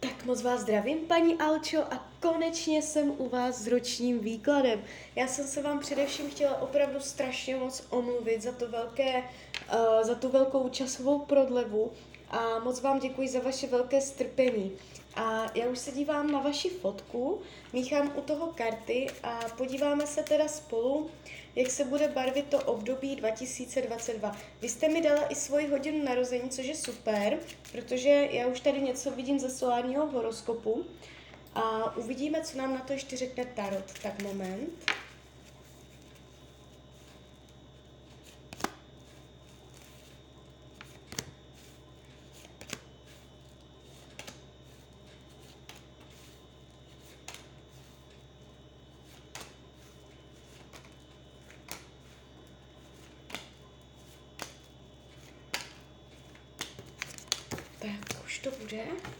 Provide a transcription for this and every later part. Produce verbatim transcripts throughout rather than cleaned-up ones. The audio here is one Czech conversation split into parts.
Tak moc vás zdravím, paní Alčo, a konečně jsem u vás s ročním výkladem. Já jsem se vám především chtěla opravdu strašně moc omluvit za to velké, uh, za tu velkou časovou prodlevu a moc vám děkuji za vaše velké strpení. A já už se dívám na vaši fotku, míchám u toho karty a podíváme se teda spolu, jak se bude barvit to období dva tisíce dvacet dva. Vy jste mi dala i svoji hodinu narození, což je super, protože já už tady něco vidím ze solárního horoskopu a uvidíme, co nám na to ještě řekne tarot. Tak moment. Tak, už to bude.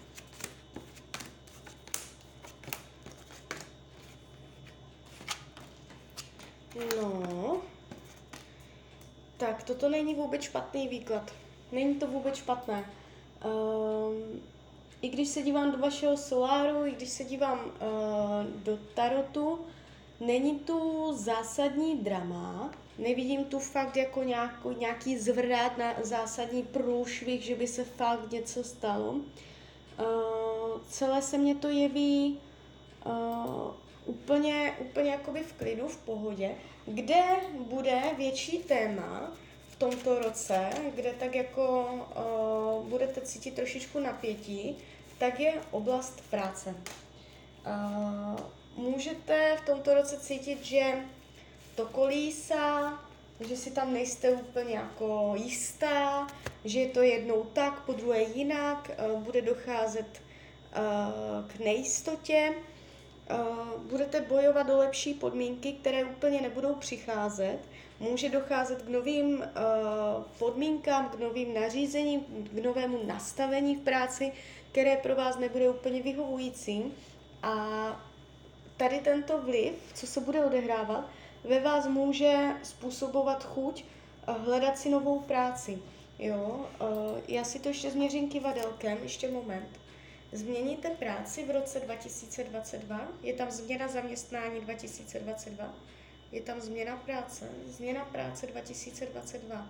No, tak toto není vůbec špatný výklad. Není to vůbec špatné. Um, I když se dívám do vašeho soláru, i když se dívám uh, do tarotu, není tu zásadní drama, nevidím tu fakt jako nějakou, nějaký zvrat na zásadní průšvih, že by se fakt něco stalo. Uh, celé se mně to jeví uh, úplně, úplně jakoby v klidu, v pohodě, kde bude větší téma v tomto roce, kde tak jako uh, budete cítit trošičku napětí, tak je oblast práce. Uh, můžete v tomto roce cítit, že to kolísá, že si tam nejste úplně jako jistá, že je to jednou tak, po druhé jinak, uh, bude docházet uh, k nejistotě, uh, budete bojovat o lepší podmínky, které úplně nebudou přicházet, může docházet k novým uh, podmínkám, k novým nařízením, k novému nastavení v práci, které pro vás nebude úplně vyhovující. A tady tento vliv, co se bude odehrávat, ve vás může způsobovat chuť hledat si novou práci. Jo? Já si to ještě změřím kivadelkem, ještě moment. Změníte práci v roce dva tisíce dvacet dva? Je tam změna zaměstnání dva tisíce dvacet dva? Je tam změna práce? Změna práce dva tisíce dvacet dva.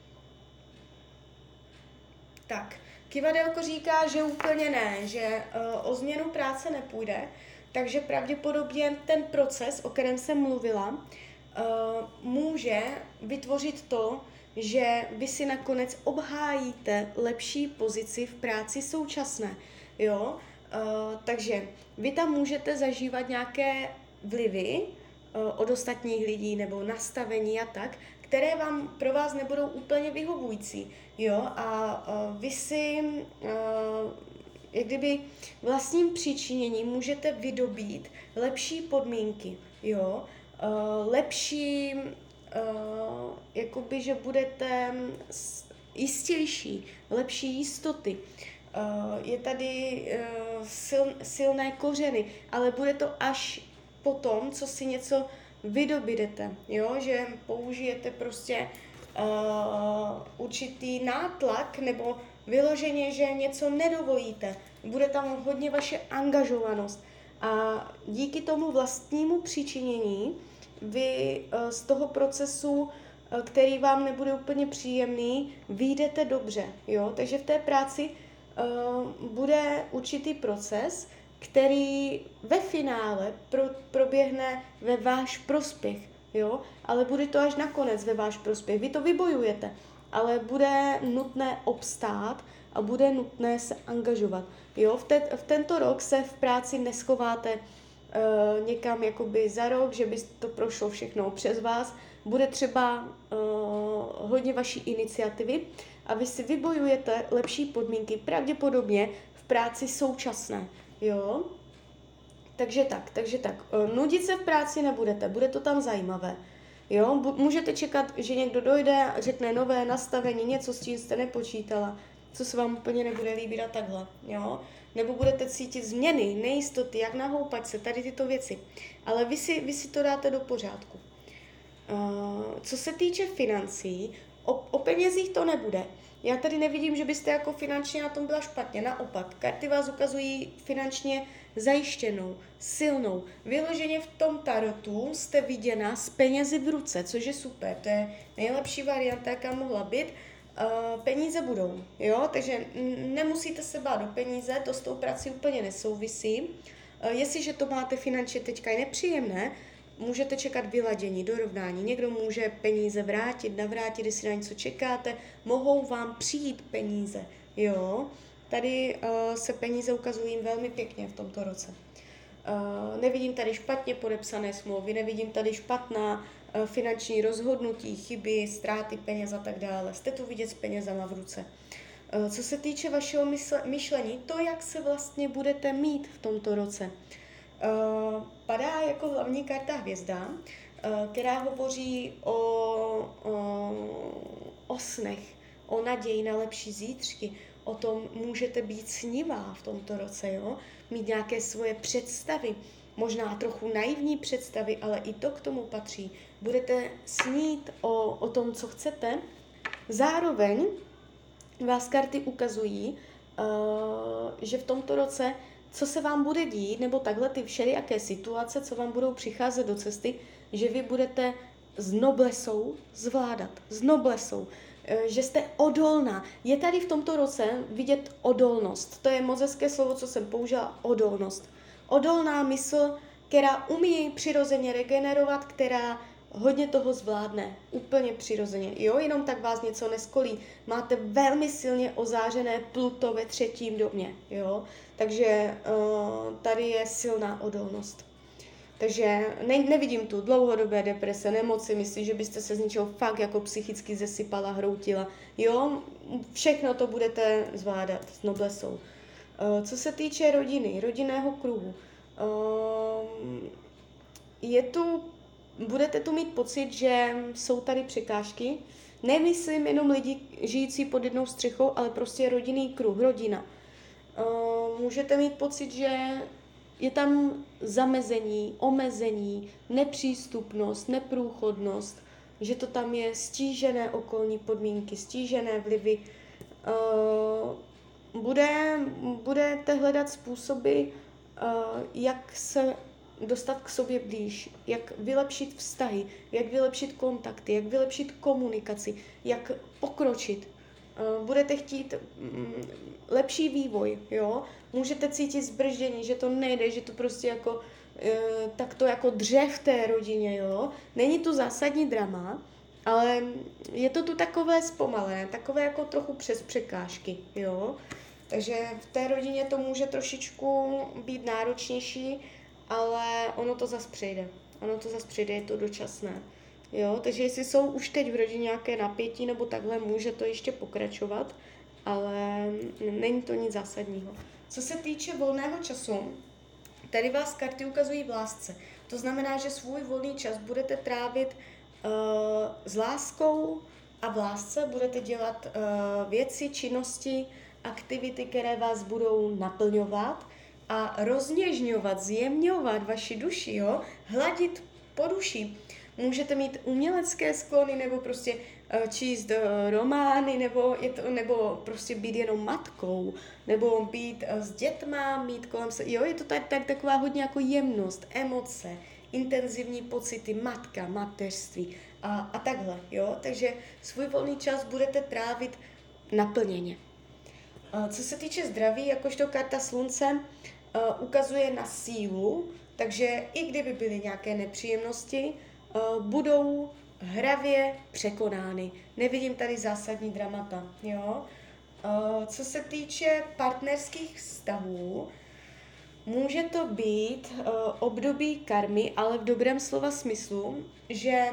Tak, kivadelko říká, že úplně ne, že uh, o změnu práce nepůjde, takže pravděpodobně ten proces, o kterém jsem mluvila, uh, může vytvořit to, že vy si nakonec obhájíte lepší pozici v práci současné. Jo? Uh, takže vy tam můžete zažívat nějaké vlivy uh, od ostatních lidí nebo nastavení a tak, které vám pro vás nebudou úplně vyhovující. Jo? A uh, vy si uh, jak kdyby vlastním přičiněním můžete vydobít lepší podmínky, jo? Uh, lepší, uh, jakoby, že budete jistější, lepší jistoty. Uh, je tady uh, sil, silné kořeny, ale bude to až po tom, co si něco vydobídete, jo? Že použijete prostě uh, určitý nátlak nebo vyloženě, že něco nedovolíte. Bude tam hodně vaše angažovanost a díky tomu vlastnímu přičinění vy uh, z toho procesu, uh, který vám nebude úplně příjemný, vyjdete dobře. Jo? Takže v té práci uh, bude určitý proces, který ve finále pro, proběhne ve váš prospěch, jo? Ale bude to až nakonec ve váš prospěch. Vy to vybojujete, ale bude nutné obstát a bude nutné se angažovat. Jo? V, te, v tento rok se v práci neschováte uh, někam jakoby za rok, že by to prošlo všechno přes vás. Bude třeba uh, hodně vaší iniciativy a vy si vybojujete lepší podmínky, pravděpodobně v práci současné. Jo? Takže tak, takže tak. Nudit se v práci nebudete, bude to tam zajímavé. Jo? Můžete čekat, že někdo dojde a řekne nové nastavení, něco, s čím jste nepočítala, co se vám úplně nebude líbit a takhle. Jo? Nebo budete cítit změny, nejistoty, jak na houpačce, tady tyto věci. Ale vy si, vy si to dáte do pořádku. Uh, co se týče financí, o, o penězích to nebude. Já tady nevidím, že byste jako finančně na tom byla špatně, naopak. Karty vás ukazují finančně zajištěnou, silnou. Vyloženě v tom tarotu jste viděna s penězi v ruce, což je super, to je nejlepší varianta, jaká mohla být. Uh, peníze budou, jo, takže nemusíte se bát o peníze, to s tou prací úplně nesouvisí. Uh, jestliže to máte finančně teďka nepříjemné, můžete čekat vyladění, dorovnání. Někdo může peníze vrátit, navrátit, jestli na něco čekáte. Mohou vám přijít peníze, jo. Tady uh, se peníze ukazují velmi pěkně v tomto roce. Uh, nevidím tady špatně podepsané smlouvy, nevidím tady špatná uh, finanční rozhodnutí, chyby, ztráty peněz a tak dále. Jste tu vidět s penězama v ruce. Uh, co se týče vašeho mysle, myšlení, to, jak se vlastně budete mít v tomto roce. Uh, padá jako hlavní karta hvězda, uh, která hovoří o, o, o snech, o naději na lepší zítřky, o tom můžete být snivá v tomto roce, jo? Mít nějaké svoje představy, možná trochu naivní představy, ale i to k tomu patří. Budete snít o, o tom, co chcete. Zároveň vás karty ukazují, uh, že v tomto roce co se vám bude dít, nebo takhle ty všelijaké situace, co vám budou přicházet do cesty, že vy budete s noblesou zvládat, s noblesou, že jste odolná. Je tady v tomto roce vidět odolnost. To je moc hezké slovo, co jsem použila, odolnost. Odolná mysl, která umí přirozeně regenerovat, která hodně toho zvládne, úplně přirozeně. Jo, jenom tak vás něco neskolí. Máte velmi silně ozářené Pluto ve třetím domě, jo. Takže uh, tady je silná odolnost. Takže ne, nevidím tu dlouhodobé deprese, nemoci, myslím, že byste se z ničeho fakt jako psychicky zesypala, hroutila. Jo, všechno to budete zvládat s noblesou. Uh, co se týče rodiny, rodinného kruhu, uh, je tu budete tu mít pocit, že jsou tady překážky. Nemyslím jenom lidi žijící pod jednou střechou, ale prostě rodinný kruh, rodina. Uh, můžete mít pocit, že je tam zamezení, omezení, nepřístupnost, neprůchodnost, že to tam je stížené okolní podmínky, stížené vlivy. Uh, bude, budete hledat způsoby, uh, jak se dostat k sobě blíž, jak vylepšit vztahy, jak vylepšit kontakty, jak vylepšit komunikaci, jak pokročit. Budete chtít lepší vývoj, jo? Můžete cítit zbrždění, že to nejde, že to prostě jako tak to jako dře v té rodině, jo? Není tu zásadní drama, ale je to tu takové zpomalené, takové jako trochu přes překážky, jo? Takže v té rodině to může trošičku být náročnější, ale ono to zas přejde. Ono to zas přejde, je to dočasné. Jo, takže jestli jsou už teď v rodině nějaké napětí nebo takhle, může to ještě pokračovat, ale není to nic zásadního. Co se týče volného času, tady vás karty ukazují v lásce. To znamená, že svůj volný čas budete trávit uh, s láskou a v lásce budete dělat uh, věci, činnosti, aktivity, které vás budou naplňovat a rozněžňovat, zjemňovat vaši duši, jo? Hladit po duši. Můžete mít umělecké sklony, nebo prostě uh, číst uh, romány, nebo, je to, nebo prostě být jenom matkou, nebo být uh, s dětma, mít kolem se, jo, je to tak, tak, taková hodně jako jemnost, emoce, intenzivní pocity, matka, mateřství a, a takhle, jo, takže svůj volný čas budete trávit naplněně. Uh, co se týče zdraví, jakožto karta slunce uh, ukazuje na sílu, takže i kdyby byly nějaké nepříjemnosti, Uh, budou hravě překonány. Nevidím tady zásadní dramata. Jo? Uh, co se týče partnerských vztahů, může to být uh, období karmy, ale v dobrém slova smyslu, že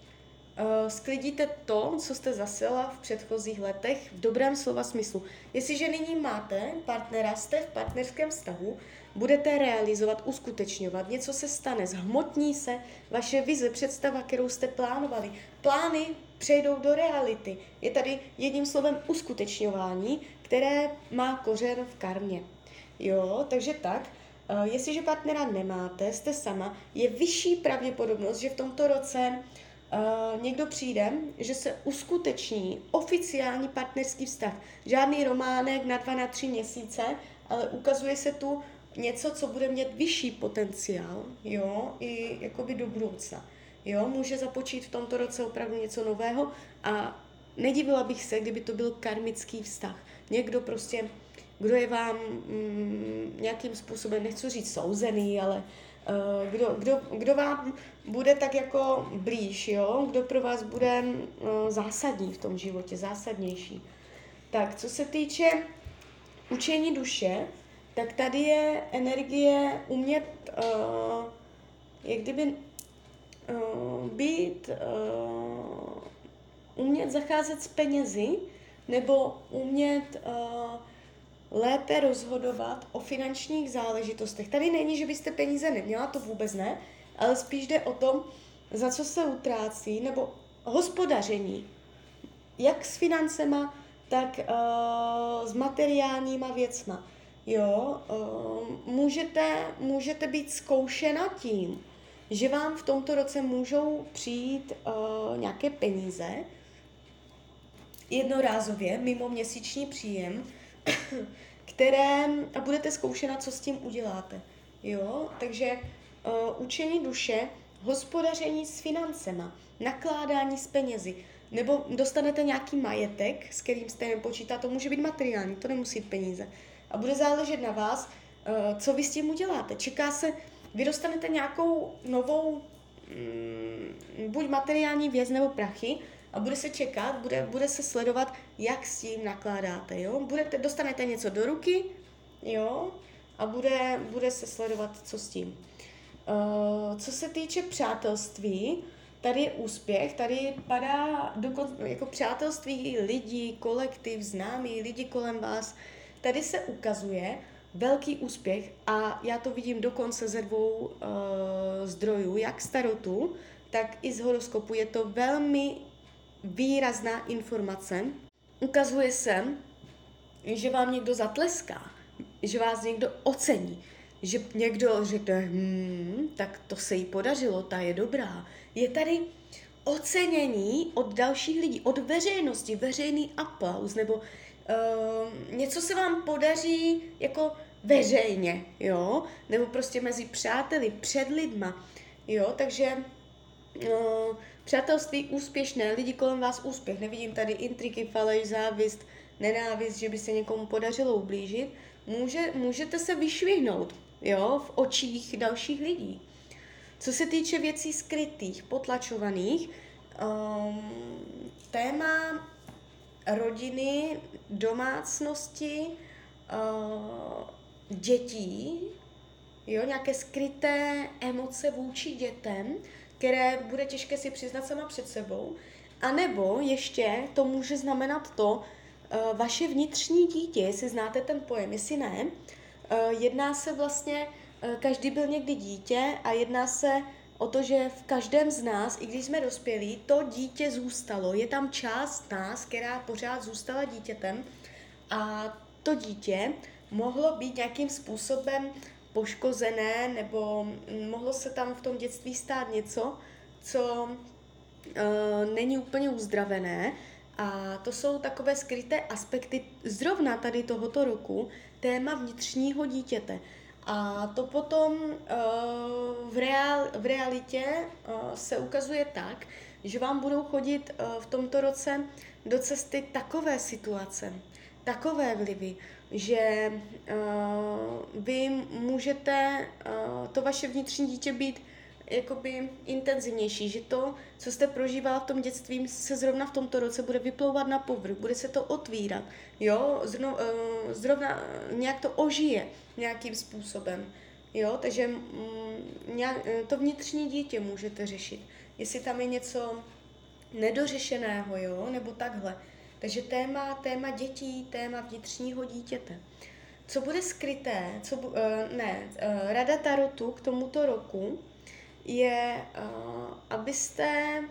uh, sklidíte to, co jste zasela v předchozích letech, v dobrém slova smyslu. Jestliže nyní máte partnera, jste v partnerském vztahu, budete realizovat, uskutečňovat, něco se stane, zhmotní se vaše vize, představa, kterou jste plánovali. Plány přejdou do reality. Je tady jedním slovem uskutečňování, které má kořen v karmě. Jo, takže tak, uh, jestliže partnera nemáte, jste sama, je vyšší pravděpodobnost, že v tomto roce Uh, někdo přijde, že se uskuteční oficiální partnerský vztah. Žádný románek na dva, na tři měsíce, ale ukazuje se tu něco, co bude mít vyšší potenciál, jo, i jakoby do budoucna. Jo, může započít v tomto roce opravdu něco nového a nedivila bych se, kdyby to byl karmický vztah. Někdo prostě, kdo je vám mm, nějakým způsobem, nechci říct souzený, ale uh, kdo, kdo, kdo vám bude tak jako blíž, jo? Kdo pro vás bude uh, zásadní v tom životě, zásadnější. Tak, co se týče učení duše, tak tady je energie umět, uh, jak kdyby uh, být, uh, umět zacházet s penězi, nebo umět uh, lépe rozhodovat o finančních záležitostech. Tady není, že byste peníze neměla, to vůbec ne, ale spíš jde o tom, za co se utrácí, nebo hospodaření. Jak s financema, tak uh, s materiálníma věcma. Jo, uh, můžete, můžete být zkoušena tím, že vám v tomto roce můžou přijít uh, nějaké peníze, jednorázově, mimo měsíční příjem, které a budete zkoušena, co s tím uděláte. Jo? Takže uh, učení duše, hospodaření s financema, nakládání s penězi, nebo dostanete nějaký majetek, s kterým jste nepočítá, to může být materiální, to nemusí být peníze. A bude záležet na vás, uh, co vy s tím uděláte. Čeká se, vy dostanete nějakou novou, mm, buď materiální věc nebo prachy, a bude se čekat, bude, bude se sledovat, jak s tím nakládáte, jo. Budete, dostanete něco do ruky, jo, a bude, bude se sledovat, co s tím. Uh, co se týče přátelství, tady je úspěch, tady padá dokon, jako přátelství lidí, kolektiv, známí, lidi kolem vás. Tady se ukazuje velký úspěch a já to vidím dokonce ze dvou uh, zdrojů, jak z tarotu, tak i z horoskopu. Je to velmi výrazná informace. Ukazuje se, že vám někdo zatleská, že vás někdo ocení, že někdo řekne, hm, tak to se jí podařilo, ta je dobrá. Je tady ocenění od dalších lidí, od veřejnosti, veřejný aplauz, nebo uh, něco se vám podaří jako veřejně, jo, nebo prostě mezi přáteli, před lidma, jo, takže uh, přátelství úspěšné, lidi kolem vás úspěch, nevidím tady intriky, faleš, závist, nenávist, že by se někomu podařilo ublížit, Může, můžete se vyšvihnout, jo, v očích dalších lidí. Co se týče věcí skrytých, potlačovaných, um, téma rodiny, domácnosti, uh, dětí, jo, nějaké skryté emoce vůči dětem, které bude těžké si přiznat sama před sebou, anebo ještě to může znamenat to, uh, vaše vnitřní dítě, jestli znáte ten pojem, jestli ne, uh, jedná se vlastně, uh, každý byl někdy dítě a jedná se o to, že v každém z nás, i když jsme dospělí, to dítě zůstalo. Je tam část nás, která pořád zůstala dítětem a to dítě mohlo být nějakým způsobem poškozené nebo mohlo se tam v tom dětství stát něco, co uh, není úplně uzdravené. A to jsou takové skryté aspekty zrovna tady tohoto roku, téma vnitřního dítěte. A to potom uh, v, reál, v realitě uh, se ukazuje tak, že vám budou chodit uh, v tomto roce do cesty takové situace, takové vlivy, že uh, vy můžete, uh, to vaše vnitřní dítě být jakoby intenzivnější, že to, co jste prožívala v tom dětství, se zrovna v tomto roce bude vyplouvat na povrch, bude se to otvírat, jo, zrovna, zrovna nějak to ožije nějakým způsobem, jo, takže mm, nějak, to vnitřní dítě můžete řešit, jestli tam je něco nedořešeného, jo, nebo takhle. Takže téma, téma dětí, téma vnitřního dítěte. Co bude skryté, co, uh, ne, uh, rada tarotu k tomuto roku je, uh, abyste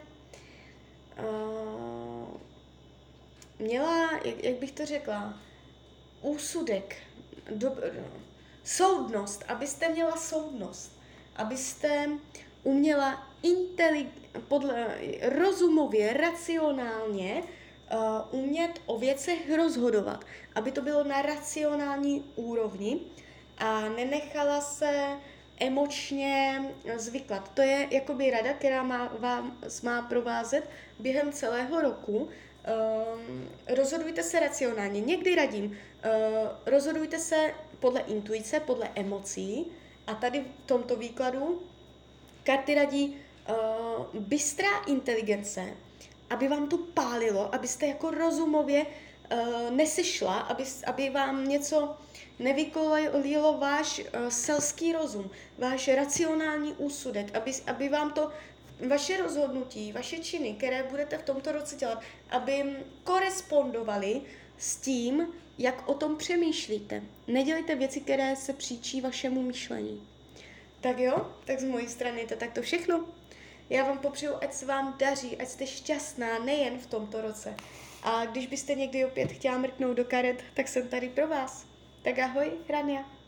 uh, měla, jak, jak bych to řekla, úsudek, do, soudnost, abyste měla soudnost, abyste uměla inteli- podle, rozumově, racionálně uh, umět o věcech rozhodovat, aby to bylo na racionální úrovni a nenechala se emočně zvyklat. To je jakoby rada, která má, vám má provázet během celého roku. Um, rozhodujte se racionálně. Někdy radím, uh, rozhodujte se podle intuice, podle emocí a tady v tomto výkladu karty radí uh, bystrá inteligence, aby vám to pálilo, abyste jako rozumově uh, nesešla, aby, aby vám něco nevykolilo váš uh, selský rozum, váš racionální úsudek, aby, aby vám to vaše rozhodnutí, vaše činy, které budete v tomto roce dělat, aby korespondovaly s tím, jak o tom přemýšlíte. Nedělejte věci, které se příčí vašemu myšlení. Tak jo, tak z mojí strany je to takto všechno. Já vám popřeju, ať se vám daří, ať jste šťastná nejen v tomto roce. A když byste někdy opět chtěla mrknout do karet, tak jsem tady pro vás. Tak ahoj, Rania.